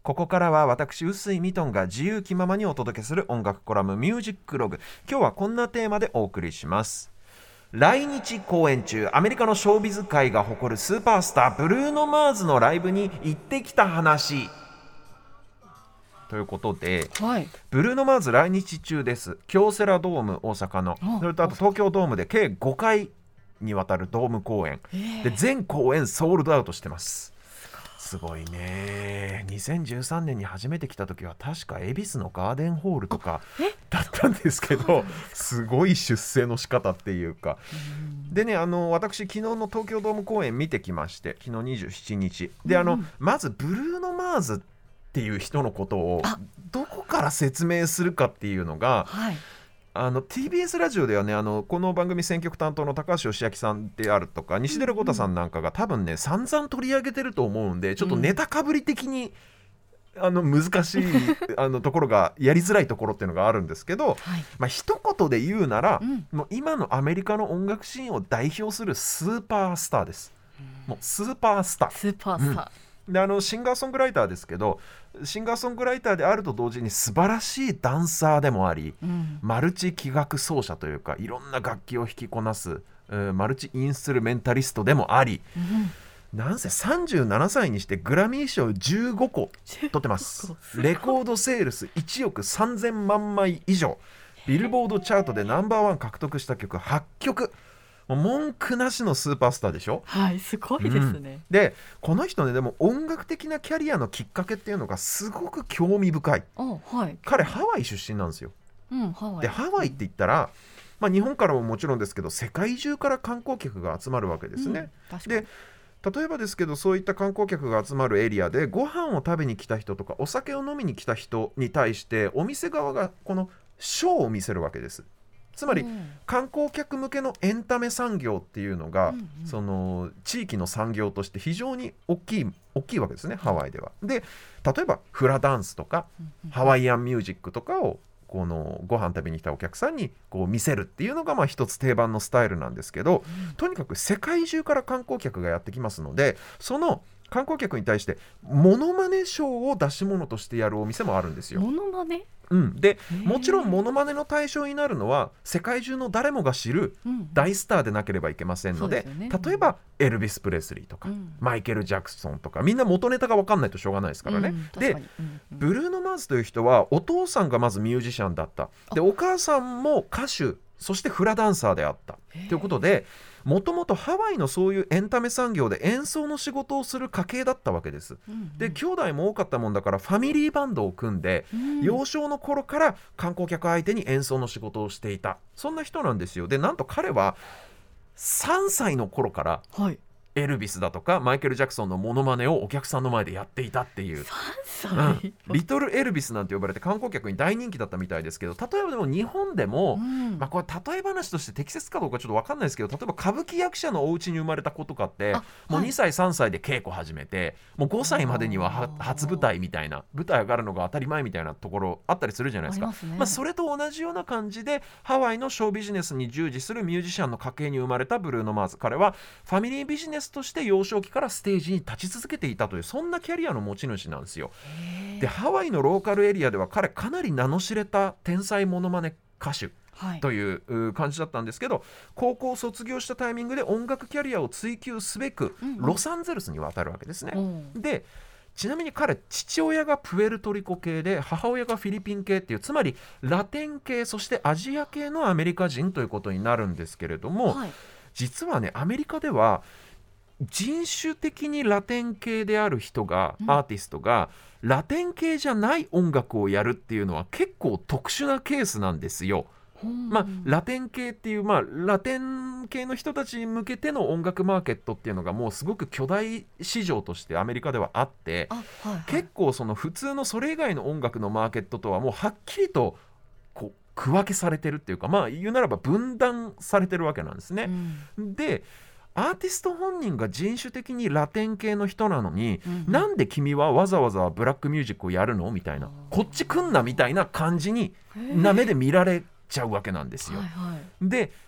ここからは私臼井ミトンが自由気ままにお届けする音楽コラムミュージックログ。今日はこんなテーマでお送りします。来日公演中、アメリカのショービズ界が誇るスーパースターブルーノ・マーズのライブに行ってきた話ということで、 はい、 ブルーノ・マーズ来日中です。京セラドーム大阪の、それとあと東京ドームで計5回にわたるドーム公演、で全公演ソールドアウトしてます。すごいね。2013年に初めて来た時は確か恵比寿のガーデンホールとかだったんですけど、すごい出世の仕方っていうか。でね、私昨日の東京ドーム公演見てきまして、昨日27日で、まずブルーノ・マーズっていう人のことをどこから説明するかっていうのが、TBS ラジオではね、この番組選曲担当の高橋義明さんであるとか西寺豪太さんなんかが多分ね散々取り上げてると思うんで、ちょっとネタかぶり的に難しいところがやりづらいところっていうのがあるんですけど、一言で言うなら、もう今のアメリカの音楽シーンを代表するスーパースターです。もうスーパースターで、シンガーソングライターですけど、シンガーソングライターであると同時に素晴らしいダンサーでもあり、マルチ器楽奏者というかいろんな楽器を弾きこなす、マルチインストゥルメンタリストでもあり、なんせ37歳にしてグラミー賞15個取ってます。レコードセールス1億3000万枚以上、ビルボードチャートでナンバーワン獲得した曲8曲、文句なしのスーパースターでしょ。 はい、すごいですね。 でこの人ね、でも音楽的なキャリアのきっかけっていうのがすごく興味深い。彼ハワイ出身なんですよ。でハワイって言ったら、日本からももちろんですけど世界中から観光客が集まるわけですね。で例えばですけど、そういった観光客が集まるエリアでご飯を食べに来た人とかお酒を飲みに来た人に対してお店側がこのショーを見せるわけです。つまり観光客向けのエンタメ産業っていうのが、その地域の産業として非常に大きいわけですね、ハワイでは。で例えばフラダンスとか、ハワイアンミュージックとかをこのご飯食べに来たお客さんにこう見せるっていうのが一つ定番のスタイルなんですけど、とにかく世界中から観光客がやってきますので、その観光客に対してモノマネショーを出し物としてやるお店もあるんですよ。 モノマネ？ でもちろんモノマネの対象になるのは世界中の誰もが知る大スターでなければいけませんので、例えばエルビス・プレスリーとか、マイケル・ジャクソンとか、みんな元ネタが分かんないとしょうがないですからね。で、ブルーノ・マーズという人はお父さんがまずミュージシャンだった。でお母さんも歌手、そしてフラダンサーであったということで、もともとハワイのそういうエンタメ産業で演奏の仕事をする家系だったわけです。で兄弟も多かったもんだからファミリーバンドを組んで、幼少の頃から観光客相手に演奏の仕事をしていた、そんな人なんですよ。でなんと彼は3歳の頃からエルビスだとかマイケル・ジャクソンのモノマネをお客さんの前でやっていたっていう、リトルエルビスなんて呼ばれて観光客に大人気だったみたいですけど、例えばでも日本でも、これ例え話として適切かどうかちょっと分かんないですけど、例えば歌舞伎役者のお家に生まれた子とかってもう2歳3歳で稽古始めて、もう5歳までには初舞台みたいな、舞台上がるのが当たり前みたいなところあったりするじゃないですか。それと同じような感じでハワイのショービジネスに従事するミュージシャンの家系に生まれたブルーノ・マーズ、彼はファミリービジネスとして幼少期からステージに立ち続けていたという、そんなキャリアの持ち主なんですよ。でハワイのローカルエリアでは彼かなり名の知れた天才モノマネ歌手という感じだったんですけど、高校を卒業したタイミングで音楽キャリアを追求すべくロサンゼルスに渡るわけですね。でちなみに彼、父親がプエルトリコ系で母親がフィリピン系っていう、つまりラテン系そしてアジア系のアメリカ人ということになるんですけれども、実はねアメリカでは人種的にラテン系である人が、アーティストがラテン系じゃない音楽をやるっていうのは結構特殊なケースなんですよ。ラテン系っていう、ラテン系の人たちに向けての音楽マーケットっていうのがもうすごく巨大市場としてアメリカではあって、結構その普通のそれ以外の音楽のマーケットとはもうはっきりとこう区分けされてるっていうか、言うならば分断されてるわけなんですね。でアーティスト本人が人種的にラテン系の人なのに、なんで君はわざわざブラックミュージックをやるのみたいな、こっち来んなみたいな感じにな目で見られちゃうわけなんですよ。で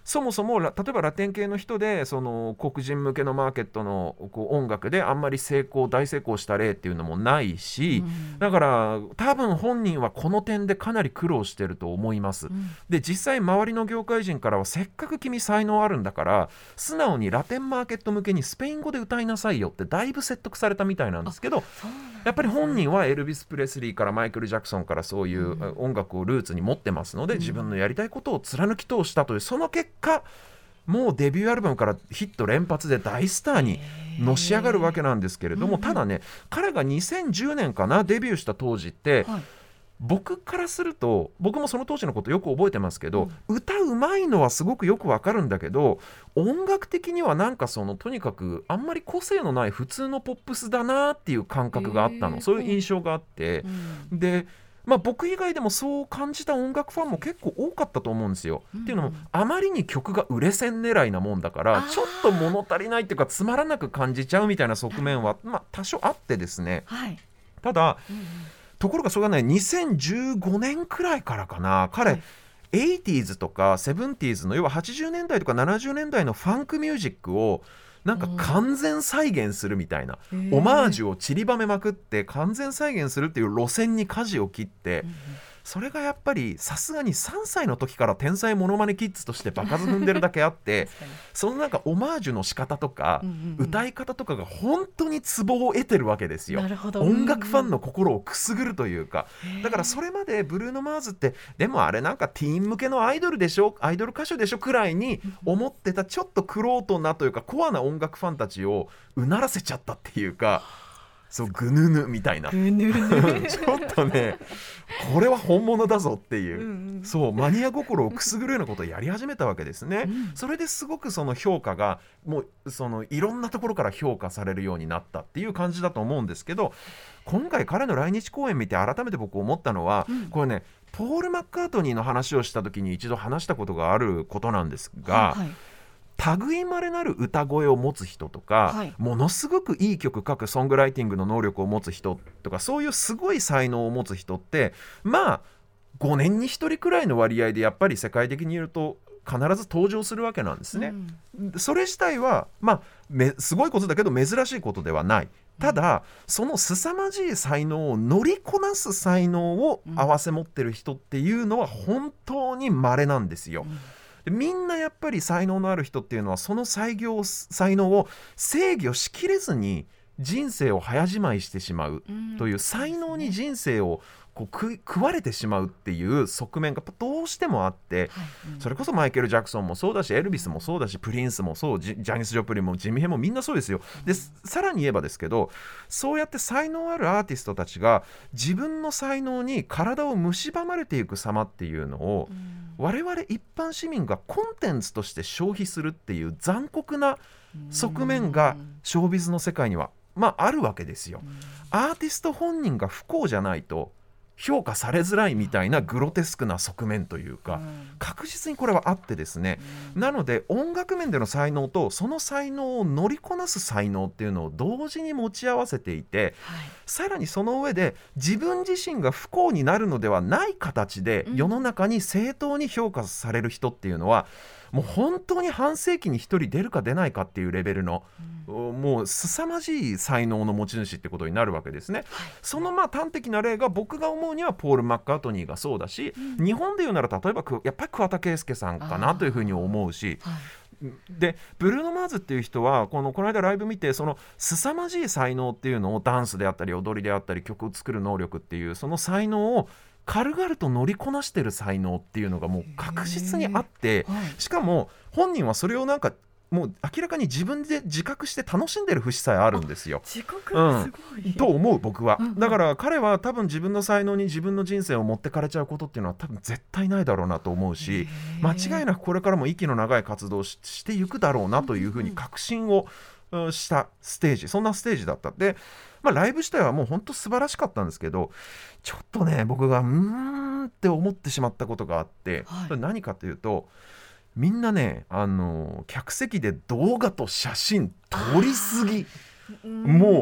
そもそも例えばラテン系の人でその黒人向けのマーケットのこう音楽であんまり大成功した例っていうのもないし、だから多分本人はこの点でかなり苦労してると思います。で実際周りの業界人からはせっかく君才能あるんだから素直にラテンマーケット向けにスペイン語で歌いなさいよってだいぶ説得されたみたいなんですけど、やっぱり本人はエルビス・プレスリーからマイケル・ジャクソンからそういう音楽をルーツに持ってますので、自分のやりたいことを貫き通したというその結果、もうデビューアルバムからヒット連発で大スターにのし上がるわけなんですけれども、ただね、彼が2010年かなデビューした当時って、僕からすると僕もその当時のことよく覚えてますけど、歌うまいのはすごくよくわかるんだけど、音楽的にはなんかとにかくあんまり個性のない普通のポップスだなっていう感覚があったの、そういう印象があって、で僕以外でもそう感じた音楽ファンも結構多かったと思うんですよ。っていうのもあまりに曲が売れ線狙いなもんだからちょっと物足りないっていうかつまらなく感じちゃうみたいな側面は多少あってですね、ただ、ところがそれがね2015年くらいからかな、彼、80s とか 70s の要は80年代とか70年代のファンクミュージックをなんか完全再現するみたいな、オマージュを散りばめまくって完全再現するっていう路線に舵を切って、それがやっぱりさすがに3歳の時から天才モノマネキッズとして場数踏んでるだけあってそのなんかオマージュの仕方とか、歌い方とかが本当にツボを得てるわけですよ。音楽ファンの心をくすぐるというか、だからそれまでブルーノ・マーズってでもあれなんかティーン向けのアイドルでしょ、アイドル歌手でしょくらいに思ってたちょっと玄人なというかコアな音楽ファンたちをうならせちゃったっていうか、そうぐぬぬみたいなちょっとねこれは本物だぞっていう、そうマニア心をくすぐるようなことをやり始めたわけですね。それですごくその評価がもういろんなところから評価されるようになったっていう感じだと思うんですけど、今回彼の来日公演見て改めて僕思ったのは、これねポール・マッカートニーの話をした時に一度話したことがあることなんですが、類まれなる歌声を持つ人とか、ものすごくいい曲書くソングライティングの能力を持つ人とか、そういうすごい才能を持つ人って5年に1人くらいの割合でやっぱり世界的に言うと必ず登場するわけなんですね。それ自体はすごいことだけど珍しいことではない。ただその凄まじい才能を乗りこなす才能を併せ持ってる人っていうのは本当に稀なんですよ。みんなやっぱり才能のある人っていうのはその才能を制御しきれずに人生を早じまいしてしまうという、才能に人生をこう食われてしまうっていう側面がどうしてもあって、それこそマイケル・ジャクソンもそうだしエルビスもそうだしプリンスもそう、ジャニス・ジョプリンもジミヘもみんなそうですよ。でさらに言えばですけど、そうやって才能あるアーティストたちが自分の才能に体を蝕まれていく様っていうのを、我々一般市民がコンテンツとして消費するっていう残酷な側面がショービズの世界にはあるわけですよ。アーティスト本人が不幸じゃないと評価されづらいみたいなグロテスクな側面というか、確実にこれはあってですね、なので音楽面での才能とその才能を乗りこなす才能っていうのを同時に持ち合わせていて、さらにその上で自分自身が不幸になるのではない形で世の中に正当に評価される人っていうのは、もう本当に半世紀に一人出るか出ないかっていうレベルの、もう凄まじい才能の持ち主ってことになるわけですね。その端的な例が僕が思うにはポール・マッカートニーがそうだし、日本で言うなら例えばやっぱり桑田佳祐さんかなというふうに思うし、でブルーノ・マーズっていう人はこの間ライブ見て、その凄まじい才能っていうのをダンスであったり踊りであったり曲を作る能力っていうその才能を軽々と乗りこなしてる才能っていうのがもう確実にあって、しかも本人はそれをなんかもう明らかに自分で自覚して楽しんでる節さえあるんですよ。 自覚がすごい、 と思う僕は。だから彼は多分自分の才能に自分の人生を持ってかれちゃうことっていうのは多分絶対ないだろうなと思うし、間違いなくこれからも息の長い活動をしていくだろうなというふうに確信をしたステージ、そんなステージだったで、ライブ自体はもう本当素晴らしかったんですけど、ちょっとね僕がって思ってしまったことがあって、それ何かというと、みんなね客席で動画と写真撮りすぎ、もう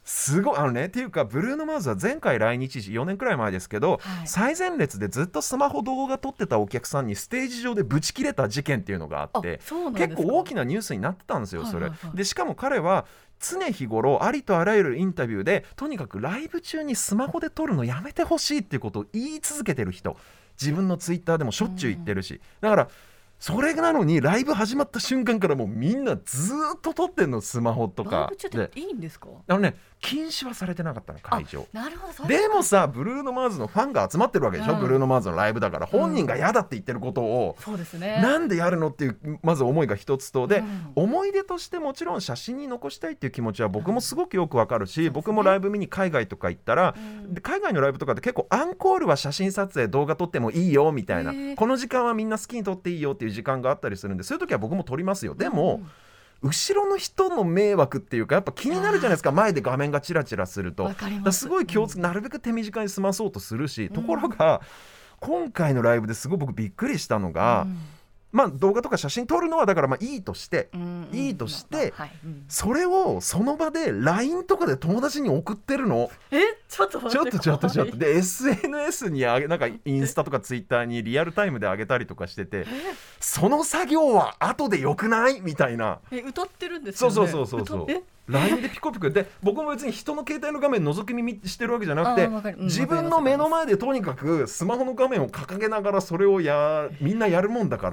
すごいっていうかブルーノ・マーズは前回来日時4年くらい前ですけど、最前列でずっとスマホ動画撮ってたお客さんにステージ上でブチ切れた事件っていうのがあって、結構大きなニュースになってたんですよそれ、でしかも彼は常日頃ありとあらゆるインタビューでとにかくライブ中にスマホで撮るのやめてほしいっていうことを言い続けてる人、自分のツイッターでもしょっちゅう言ってるし、だからそれなのにライブ始まった瞬間からもうみんなずっと撮ってんのスマホとか。 ライブ中っていいんですか？ 禁止はされてなかったの会場。 なるほど。 でもさブルーノ・マーズのファンが集まってるわけでしょ、ブルーノ・マーズのライブだから本人が嫌だって言ってることを、 そうですね、 なんでやるのっていうまず思いが一つとで、思い出としてもちろん写真に残したいっていう気持ちは僕もすごくよくわかるし、僕もライブ見に海外とか行ったら、海外のライブとかって結構アンコールは写真撮影動画撮ってもいいよみたいな、この時間はみんな好きに撮っていいよっていう時間があったりするんで、そういう時は僕も撮りますよ。でも、後ろの人の迷惑っていうかやっぱ気になるじゃないですか、前で画面がチラチラすると。だすごい気をつけ、なるべく手短に済まそうとするし、ところが今回のライブですごい僕びっくりしたのが、動画とか写真撮るのはだからいいとして、それをその場で LINE とかで友達に送ってるの。 ちょっとで SNS になんかインスタとかツイッターにリアルタイムで上げたりとかしてて、その作業は後でよくないみたいな。 歌ってるんですよね。 そうLINE でピコピコで、僕も別に人の携帯の画面覗き見してるわけじゃなくて、自分の目の前でとにかくスマホの画面を掲げながらそれをみんなやるもんだから、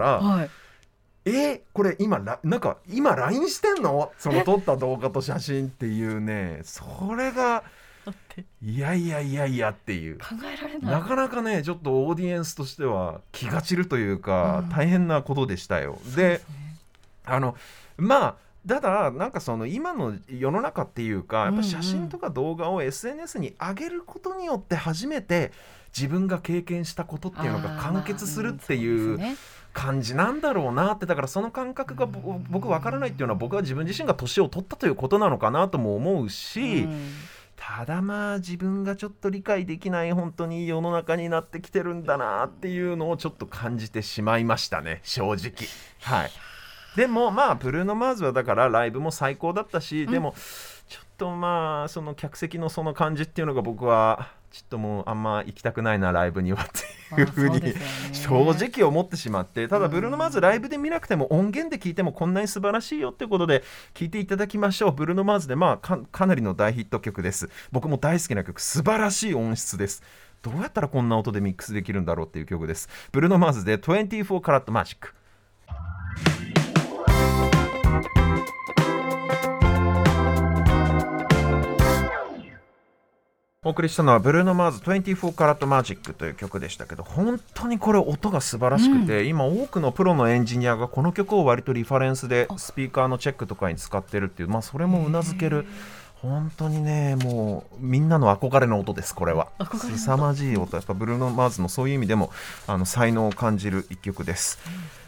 これ今 LINE してんの？その撮った動画と写真っていうね、それがいやっていう、 考えられない。 なかなかねちょっとオーディエンスとしては気が散るというか、大変なことでしたよ。でただなんかその今の世の中っていうか、やっぱ写真とか動画を SNS に上げることによって初めて自分が経験したことっていうのが完結するっていう感じなんだろうなって。だからその感覚が僕分からないっていうのは、僕は自分自身が年を取ったということなのかなとも思うし、ただ自分がちょっと理解できない本当に世の中になってきてるんだなっていうのをちょっと感じてしまいましたね、正直。でもブルーノ・マーズはだからライブも最高だったし、でもちょっとその客席のその感じっていうのが僕はちょっともうあんま行きたくないなライブにはっていうふうに正直思ってしまって、ただブルーノ・マーズライブで見なくても音源で聞いてもこんなに素晴らしいよってことで聞いていただきましょう。ブルーノ・マーズでかなりの大ヒット曲です。僕も大好きな曲、素晴らしい音質です。どうやったらこんな音でミックスできるんだろうっていう曲です。ブルーノ・マーズで24カラットマジック。お送りしたのはブルーノ・マーズ24カラットマジックという曲でしたけど、本当にこれ音が素晴らしくて、今多くのプロのエンジニアがこの曲を割とリファレンスでスピーカーのチェックとかに使ってるっていう、それもうなずける本当にね、もうみんなの憧れの音です。これは凄まじい音。やっぱブルーノ・マーズのそういう意味でも才能を感じる一曲です。